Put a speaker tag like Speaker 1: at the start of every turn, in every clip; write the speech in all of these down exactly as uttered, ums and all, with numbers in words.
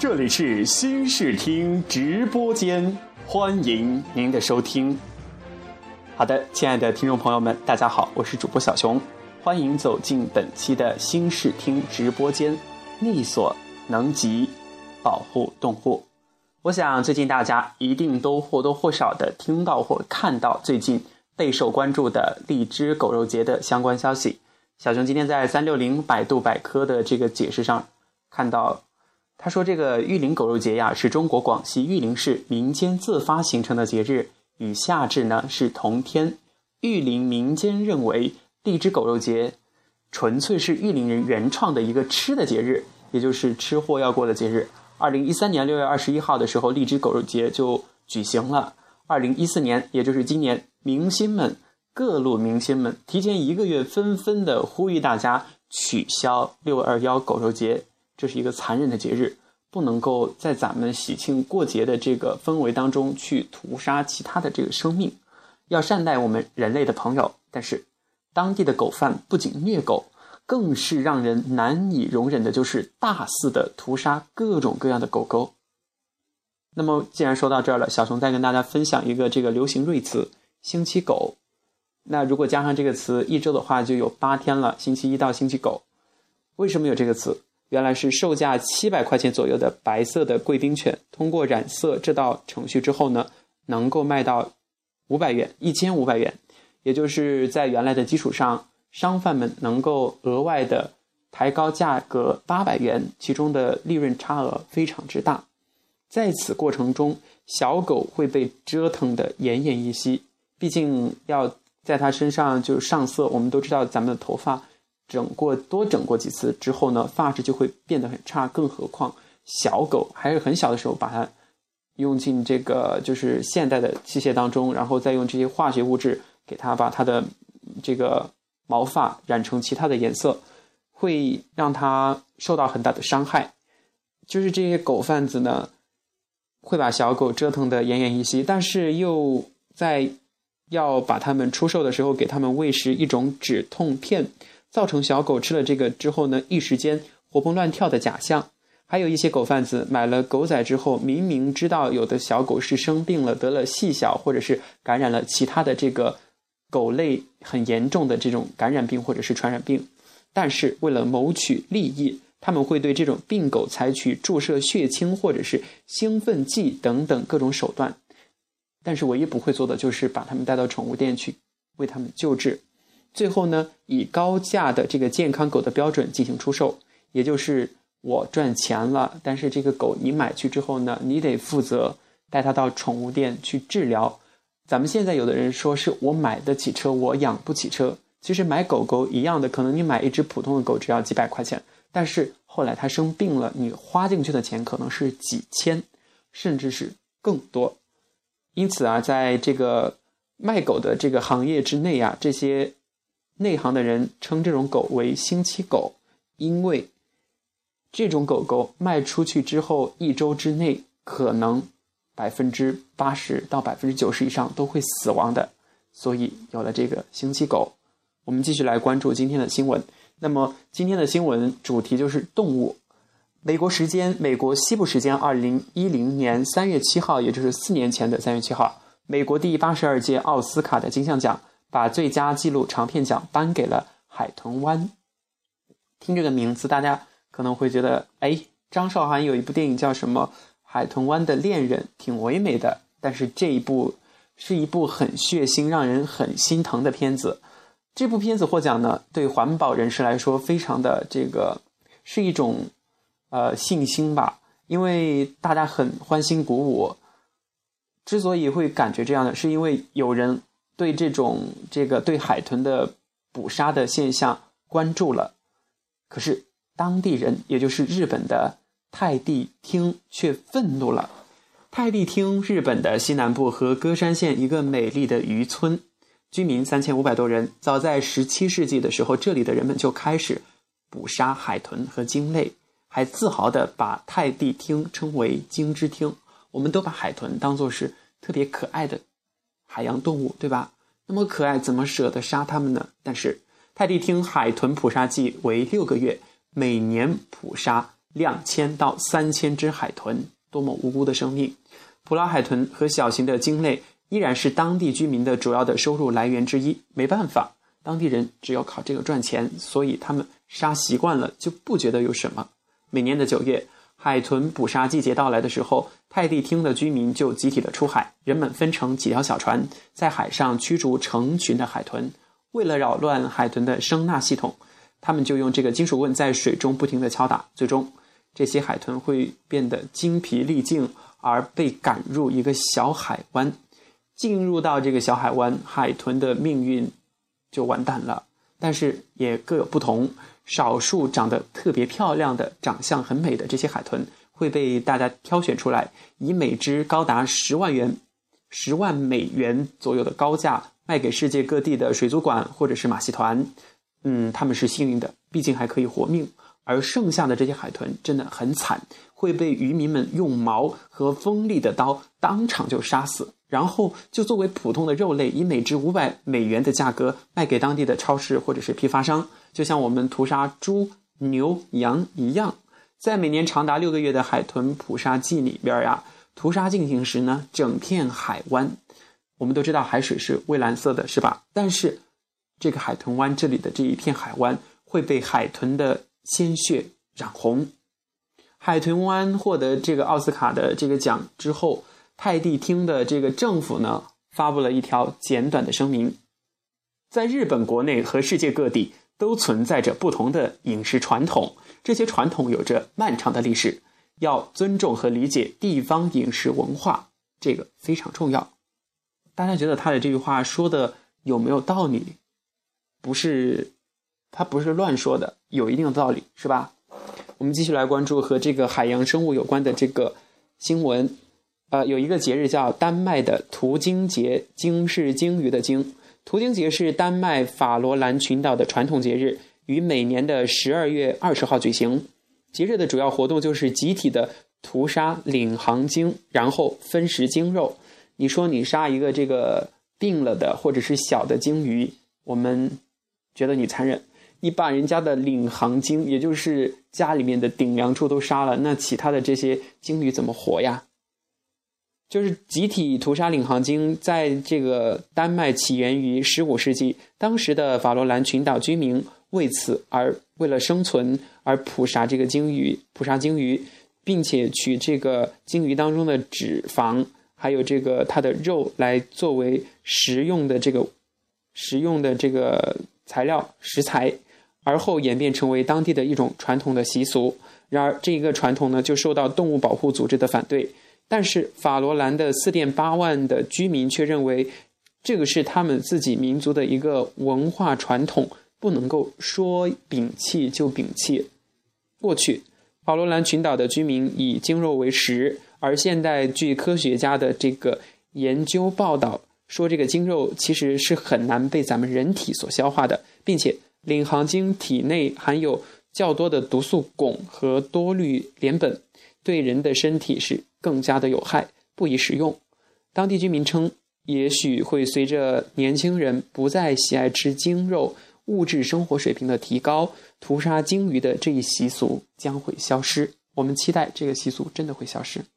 Speaker 1: 这里是新视听直播间，欢迎您的收听。好的，亲爱的听众朋友们，大家好，我是主播小熊，欢迎走进本期的新视听直播间，力所能及，保护动物。我想最近大家一定都或多或少的听到或看到最近备受关注的荔枝狗肉节的相关消息。小熊今天在三六零百度百科的这个解释上看到，他说这个玉林狗肉节呀，是中国广西玉林市民间自发形成的节日，与夏至呢是同天。玉林民间认为荔枝狗肉节纯粹是玉林人原创的一个吃的节日，也就是吃货要过的节日。二零一三年六月二十一号的时候，荔枝狗肉节就举行了。二零一四年，也就是今年，明星们各路明星们提前一个月纷纷的呼吁大家取消六二一狗肉节，这是一个残忍的节日，不能够在咱们喜庆过节的这个氛围当中去屠杀其他的这个生命，要善待我们人类的朋友。但是当地的狗贩不仅虐狗，更是让人难以容忍的就是大肆的屠杀各种各样的狗狗。那么既然说到这儿了，小熊再跟大家分享一个这个流行锐词，星期狗。那如果加上这个词一周的话，就有八天了，星期一到星期狗。为什么有这个词？原来是售价七百块钱左右的白色的贵宾犬，通过染色这道程序之后呢，能够卖到五百元一千五百元，也就是在原来的基础上，商贩们能够额外的抬高价格八百元，其中的利润差额非常之大。在此过程中，小狗会被折腾得奄奄一息，毕竟要在它身上就上色，我们都知道咱们的头发整过多整过几次之后呢，发质就会变得很差，更何况小狗还是很小的时候把它用进这个就是现代的器械当中，然后再用这些化学物质给它把它的这个毛发染成其他的颜色，会让它受到很大的伤害。就是这些狗贩子呢，会把小狗折腾得奄奄一息，但是又在要把它们出售的时候给它们喂食一种止痛片，造成小狗吃了这个之后呢，一时间活蹦乱跳的假象。还有一些狗贩子买了狗仔之后，明明知道有的小狗是生病了，得了细小或者是感染了其他的这个狗类很严重的这种感染病或者是传染病，但是为了谋取利益，他们会对这种病狗采取注射血清或者是兴奋剂等等各种手段，但是唯一不会做的就是把他们带到宠物店去为他们救治，最后呢，以高价的这个健康狗的标准进行出售，也就是我赚钱了，但是这个狗你买去之后呢，你得负责带它到宠物店去治疗。咱们现在有的人说是我买得起车，我养不起车，其实买狗狗一样的，可能你买一只普通的狗只要几百块钱，但是后来它生病了，你花进去的钱可能是几千，甚至是更多。因此啊，在这个卖狗的这个行业之内啊，这些内行的人称这种狗为星期狗，因为这种狗狗卖出去之后一周之内可能百分之八十到百分之九十以上都会死亡的，所以有了这个星期狗。我们继续来关注今天的新闻。那么今天的新闻主题就是动物。美国时间美国西部时间二零一零年三月七号，也就是四年前的三月七号，美国第八十二届奥斯卡的金像奖把最佳纪录长片奖颁给了海豚湾。听这个名字大家可能会觉得，哎，张韶涵有一部电影叫什么海豚湾的恋人，挺唯美的，但是这一部是一部很血腥让人很心疼的片子。这部片子获奖呢，对环保人士来说非常的这个是一种呃信心吧，因为大家很欢欣鼓舞。之所以会感觉这样的，是因为有人对这种这个对海豚的捕杀的现象关注了，可是当地人也就是日本的太地町却愤怒了。太地町，日本的西南部和歌山县一个美丽的渔村，居民三千五百多人。早在十七世纪的时候，这里的人们就开始捕杀海豚和鲸类，还自豪地把太地町称为鲸之町。我们都把海豚当作是特别可爱的海洋动物，对吧？那么可爱，怎么舍得杀它们呢？但是太地町海豚捕杀季为六个月，每年捕杀两千到三千只海豚，多么无辜的生命！普拉海豚和小型的鲸类依然是当地居民的主要的收入来源之一。没办法，当地人只有靠这个赚钱，所以他们杀习惯了，就不觉得有什么。每年的九月，海豚捕杀季节到来的时候，泰迪厅的居民就集体的出海，人们分成几条小船，在海上驱逐成群的海豚。为了扰乱海豚的声呐系统，他们就用这个金属棍在水中不停地敲打，最终这些海豚会变得精疲力尽，而被赶入一个小海湾。进入到这个小海湾，海豚的命运就完蛋了。但是也各有不同，少数长得特别漂亮的、长相很美的这些海豚会被大家挑选出来，以每只高达十万元、十万美元左右的高价卖给世界各地的水族馆或者是马戏团。嗯，他们是幸运的，毕竟还可以活命。而剩下的这些海豚真的很惨，会被渔民们用矛和锋利的刀当场就杀死，然后就作为普通的肉类，以每只五百美元的价格卖给当地的超市或者是批发商，就像我们屠杀猪、牛、羊一样。在每年长达六个月的海豚捕杀季里边呀，屠杀进行时呢，整片海湾，我们都知道海水是蔚蓝色的，是吧？但是这个海豚湾这里的这一片海湾会被海豚的鲜血染红。海豚湾获得这个奥斯卡的这个奖之后，泰迪厅的这个政府呢，发布了一条简短的声明：在日本国内和世界各地都存在着不同的饮食传统，这些传统有着漫长的历史，要尊重和理解地方饮食文化，这个非常重要。大家觉得他的这句话说的有没有道理？不是，他不是乱说的，有一定的道理，是吧？我们继续来关注和这个海洋生物有关的这个新闻。呃，有一个节日叫丹麦的图鲸节，鲸是鲸鱼的鲸。图鲸节是丹麦法罗兰群岛的传统节日，于每年的十二月二十号举行。节日的主要活动就是集体的屠杀领航鲸，然后分食鲸肉。你说你杀一个这个病了的或者是小的鲸鱼，我们觉得你残忍。你把人家的领航鲸，也就是家里面的顶梁柱都杀了，那其他的这些鲸鱼怎么活呀？就是集体屠杀领航鲸，在这个丹麦起源于十五世纪，当时的法罗兰群岛居民为此而为了生存而捕杀这个鲸鱼，捕杀鲸鱼，并且取这个鲸鱼当中的脂肪，还有这个它的肉来作为食用的这个食用的这个材料食材，而后演变成为当地的一种传统的习俗。然而这一个传统呢，就受到动物保护组织的反对。但是法罗兰的四点八万的居民却认为，这个是他们自己民族的一个文化传统，不能够说摒弃就摒弃。过去，法罗兰群岛的居民以鲸肉为食，而现代据科学家的这个研究报道说，这个鲸肉其实是很难被咱们人体所消化的，并且领航鲸体内含有较多的毒素汞和多氯联苯，对人的身体是更加的有害，不宜食用。当地居民称，也许会随着年轻人不再喜爱吃鲸肉，物质生活水平的提高，屠杀鲸鱼的这一习俗将会消失。我们期待这个习俗真的会消失。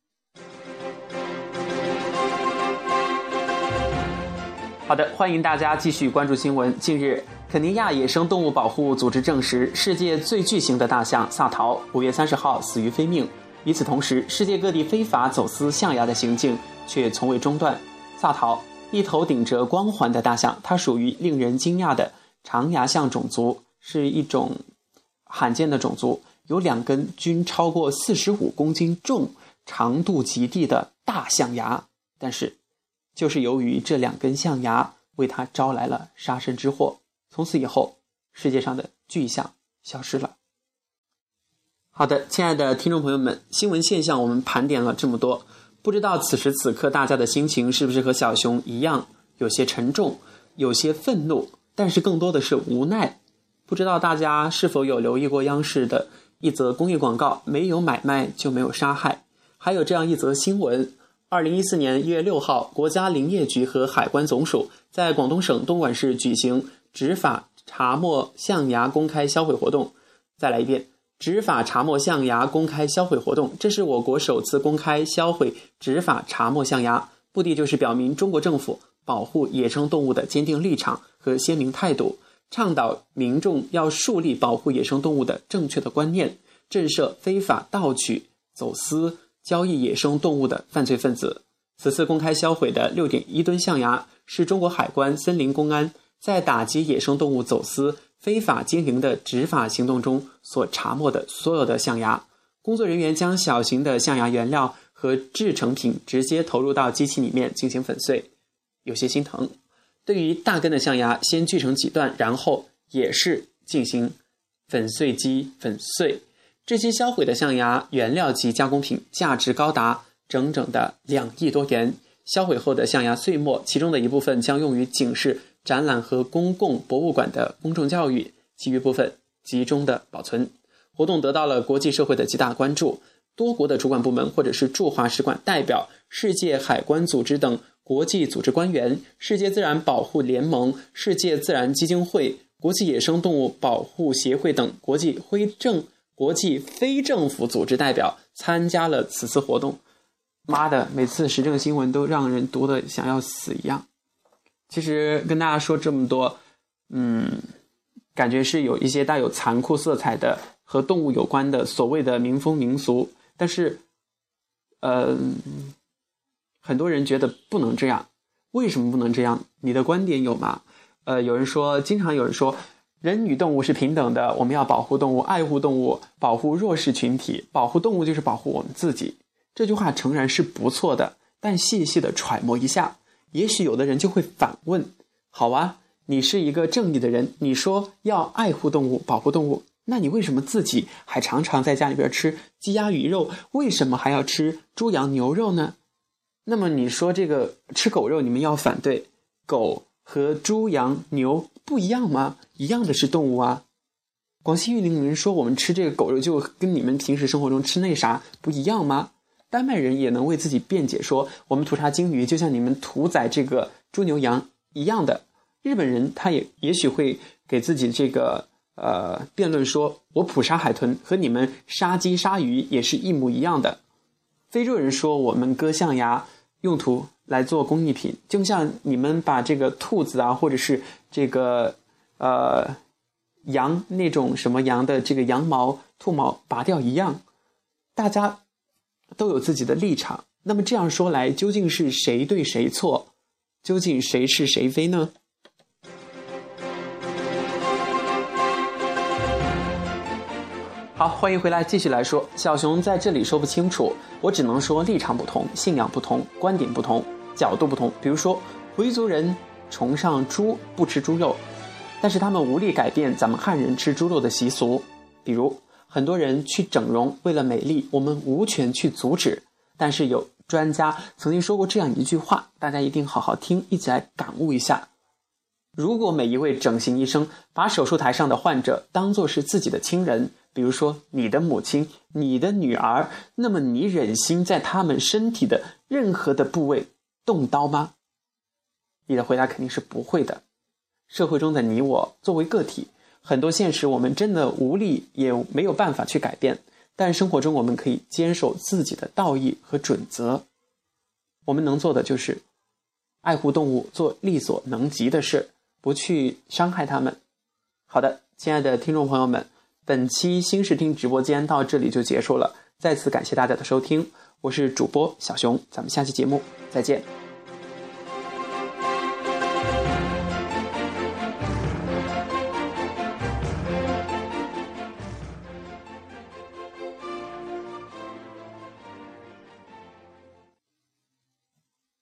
Speaker 1: 好的，欢迎大家继续关注新闻。近日，肯尼亚野生动物保护组织证实，世界最巨型的大象萨陶五月三十号死于非命。与此同时，世界各地非法走私象牙的行径却从未中断。萨陶，一头顶着光环的大象，它属于令人惊讶的长牙象种族，是一种罕见的种族，有两根均超过四十五公斤重、长度极地的大象牙。但是，就是由于这两根象牙为它招来了杀身之祸，从此以后，世界上的巨象消失了。好的，亲爱的听众朋友们，新闻现象我们盘点了这么多，不知道此时此刻大家的心情是不是和小熊一样，有些沉重，有些愤怒，但是更多的是无奈。不知道大家是否有留意过央视的一则公益广告，没有买卖就没有杀害。还有这样一则新闻，二零一四年一月六号，国家林业局和海关总署在广东省东莞市举行执法查没象牙公开销毁活动。再来一遍， 执法查没象牙公开销毁活动，这是我国首次公开销毁执法查没象牙，目的就是表明中国政府保护野生动物的坚定立场和鲜明态度，倡导民众要树立保护野生动物的正确的观念，震慑非法盗取、走私、交易野生动物的犯罪分子。此次公开销毁的 六点一吨象牙是中国海关、森林公安在打击野生动物走私、非法经营的执法行动中所查没的所有的象牙。工作人员将小型的象牙原料和制成品直接投入到机器里面进行粉碎，有些心疼。对于大根的象牙，先锯成几段，然后也是进行粉碎机粉碎。这些销毁的象牙原料及加工品价值高达整整的两亿多元。销毁后的象牙碎末，其中的一部分将用于警示、展览和公共博物馆的公众教育，其余部分集中的保存。活动得到了国际社会的极大关注，多国的主管部门或者是驻华使馆代表、世界海关组织等国际组织官员、世界自然保护联盟、世界自然基金会、国际野生动物保护协会等国际非政国际非政府组织代表参加了此次活动。妈的，每次时政新闻都让人读得想要死一样。其实跟大家说这么多，嗯，感觉是有一些带有残酷色彩的和动物有关的所谓的民风民俗，但是呃，很多人觉得不能这样。为什么不能这样？你的观点有吗？呃，有人说，经常有人说人与动物是平等的，我们要保护动物，爱护动物，保护弱势群体，保护动物就是保护我们自己。这句话诚然是不错的，但细细的揣摩一下，也许有的人就会反问，好啊，你是一个正义的人，你说要爱护动物，保护动物，那你为什么自己还常常在家里边吃鸡鸭鱼肉，为什么还要吃猪羊牛肉呢？那么你说这个吃狗肉你们要反对，狗和猪羊牛不一样吗？一样的是动物啊。广西玉林人说我们吃这个狗肉就跟你们平时生活中吃那啥不一样吗？丹麦人也能为自己辩解说，我们屠杀鲸鱼就像你们屠宰这个猪牛羊一样的。日本人他也也许会给自己这个呃辩论说，我捕杀海豚和你们杀鸡杀鱼也是一模一样的。非洲人说我们割象牙用途来做工艺品，就像你们把这个兔子啊，或者是这个呃羊那种什么羊的这个羊毛、兔毛拔掉一样，大家都有自己的立场。那么这样说来，究竟是谁对谁错？究竟谁是谁非呢？好，欢迎回来，继续来说。小熊在这里说不清楚，我只能说立场不同，信仰不同，观点不同，角度不同。比如说，回族人崇尚猪，不吃猪肉，但是他们无力改变咱们汉人吃猪肉的习俗。比如很多人去整容，为了美丽，我们无权去阻止。但是有专家曾经说过这样一句话，大家一定好好听，一起来感悟一下。如果每一位整形医生把手术台上的患者当作是自己的亲人，比如说你的母亲、你的女儿，那么你忍心在他们身体的任何的部位动刀吗？你的回答肯定是不会的。社会中的你我作为个体，很多现实我们真的无力也没有办法去改变，但生活中我们可以坚守自己的道义和准则。我们能做的就是爱护动物，做力所能及的事，不去伤害它们。好的，亲爱的听众朋友们，本期新视听直播间到这里就结束了，再次感谢大家的收听，我是主播小熊，咱们下期节目再见。